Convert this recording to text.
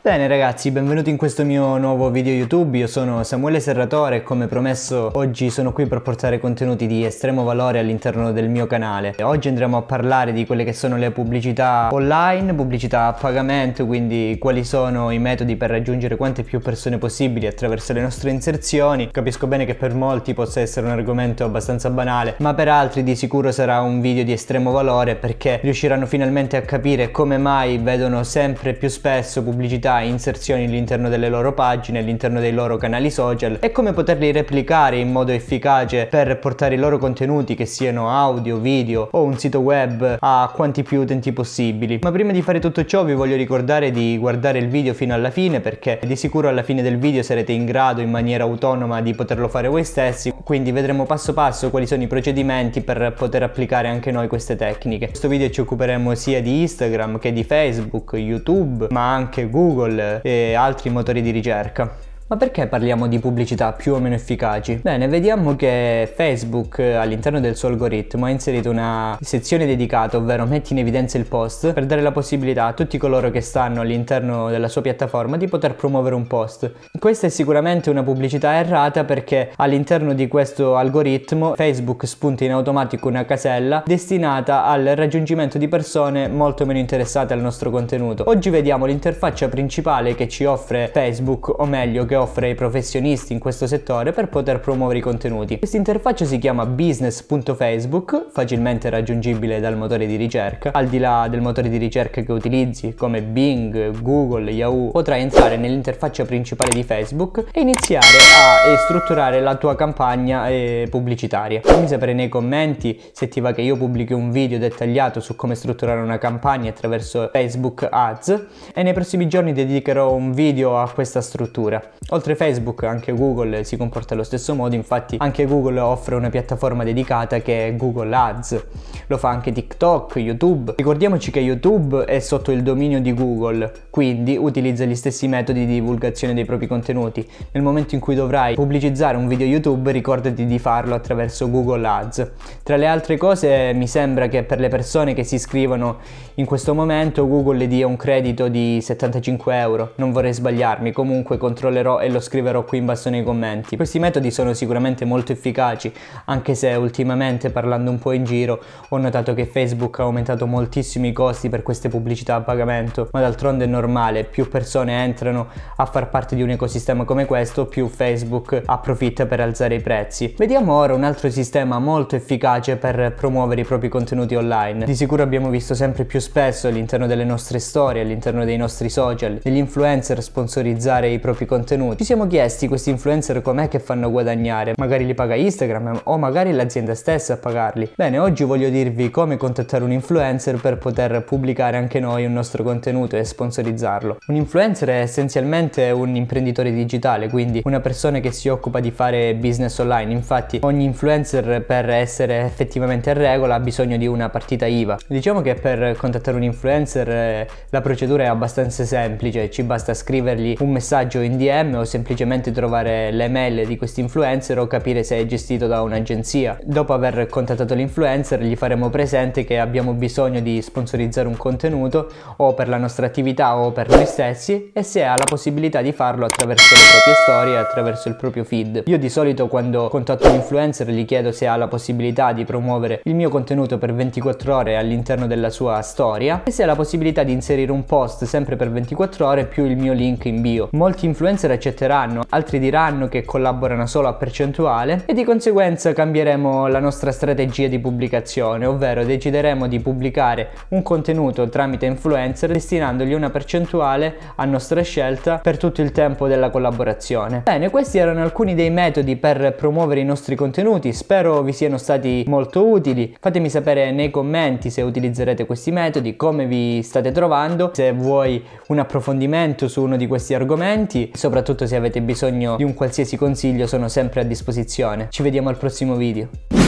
Bene ragazzi, benvenuti in questo mio nuovo video YouTube. Io sono Samuele Serratore e come promesso oggi sono qui per portare contenuti di estremo valore all'interno del mio canale. Oggi andremo a parlare di quelle che sono le pubblicità online, pubblicità a pagamento, quindi quali sono i metodi per raggiungere quante più persone possibili attraverso le nostre inserzioni. Capisco bene che per molti possa essere un argomento abbastanza banale, ma per altri di sicuro sarà un video di estremo valore perché riusciranno finalmente a capire come mai vedono sempre più spesso pubblicità e inserzioni all'interno delle loro pagine, all'interno dei loro canali social e come poterli replicare in modo efficace per portare i loro contenuti, che siano audio, video o un sito web, a quanti più utenti possibili. Ma prima di fare tutto ciò vi voglio ricordare di guardare il video fino alla fine, perché di sicuro alla fine del video sarete in grado in maniera autonoma di poterlo fare voi stessi, quindi vedremo passo passo quali sono i procedimenti per poter applicare anche noi queste tecniche. In questo video ci occuperemo sia di Instagram che di Facebook, YouTube, ma anche Google e altri motori di ricerca. Ma perché parliamo di pubblicità più o meno efficaci? Bene, vediamo che Facebook all'interno del suo algoritmo ha inserito una sezione dedicata, ovvero metti in evidenza il post, per dare la possibilità a tutti coloro che stanno all'interno della sua piattaforma di poter promuovere un post. Questa è sicuramente una pubblicità errata perché all'interno di questo algoritmo Facebook spunta in automatico una casella destinata al raggiungimento di persone molto meno interessate al nostro contenuto. Oggi vediamo l'interfaccia principale che ci offre Facebook, o meglio che offre ai professionisti in questo settore per poter promuovere i contenuti. Questa interfaccia si chiama business.facebook, facilmente raggiungibile dal motore di ricerca. Al di là del motore di ricerca che utilizzi come Bing, Google, Yahoo, potrai entrare nell'interfaccia principale di Facebook e iniziare a strutturare la tua campagna pubblicitaria. Fammi sapere nei commenti se ti va che io pubblichi un video dettagliato su come strutturare una campagna attraverso Facebook Ads, e nei prossimi giorni dedicherò un video a questa struttura. Oltre Facebook anche Google si comporta allo stesso modo, infatti anche Google offre una piattaforma dedicata che è Google Ads, lo fa anche TikTok, YouTube. Ricordiamoci che YouTube è sotto il dominio di Google, quindi utilizza gli stessi metodi di divulgazione dei propri contenuti. Nel momento in cui dovrai pubblicizzare un video YouTube, ricordati di farlo attraverso Google Ads. Tra le altre cose mi sembra che per le persone che si iscrivono in questo momento Google le dia un credito di 75 euro, non vorrei sbagliarmi, comunque controllerò e lo scriverò qui in basso nei commenti. Questi metodi sono sicuramente molto efficaci, anche se ultimamente, parlando un po' in giro, ho notato che Facebook ha aumentato moltissimo i costi per queste pubblicità a pagamento, ma d'altronde è normale, più persone entrano a far parte di un ecosistema come questo, più Facebook approfitta per alzare i prezzi. Vediamo ora un altro sistema molto efficace per promuovere i propri contenuti online. Di sicuro abbiamo visto sempre più spesso all'interno delle nostre storie, all'interno dei nostri social, degli influencer sponsorizzare i propri contenuti. Ci siamo chiesti questi influencer com'è che fanno guadagnare, magari li paga Instagram o magari l'azienda stessa a pagarli. Bene, oggi voglio dirvi come contattare un influencer per poter pubblicare anche noi un nostro contenuto e sponsorizzarlo. Un influencer è essenzialmente un imprenditore digitale, quindi una persona che si occupa di fare business online. Infatti ogni influencer, per essere effettivamente a regola, ha bisogno di una partita IVA. Diciamo che per contattare un influencer la procedura è abbastanza semplice, ci basta scrivergli un messaggio in DM o semplicemente trovare l'email di questo influencer o capire se è gestito da un'agenzia. Dopo aver contattato l'influencer gli faremo presente che abbiamo bisogno di sponsorizzare un contenuto o per la nostra attività o per noi stessi, e se ha la possibilità di farlo attraverso le proprie storie, attraverso il proprio feed. Io di solito quando contatto un influencer gli chiedo se ha la possibilità di promuovere il mio contenuto per 24 ore all'interno della sua storia e se ha la possibilità di inserire un post sempre per 24 ore più il mio link in bio. Molti influencer accetteranno, altri diranno che collaborano solo a percentuale e di conseguenza cambieremo la nostra strategia di pubblicazione, ovvero decideremo di pubblicare un contenuto tramite influencer destinandogli una percentuale a nostra scelta per tutto il tempo della collaborazione. Bene, questi erano alcuni dei metodi per promuovere i nostri contenuti, spero vi siano stati molto utili. Fatemi sapere nei commenti se utilizzerete questi metodi, come vi state trovando, se vuoi un approfondimento su uno di questi argomenti, soprattutto se avete bisogno di un qualsiasi consiglio sono sempre a disposizione. Ci vediamo al prossimo video.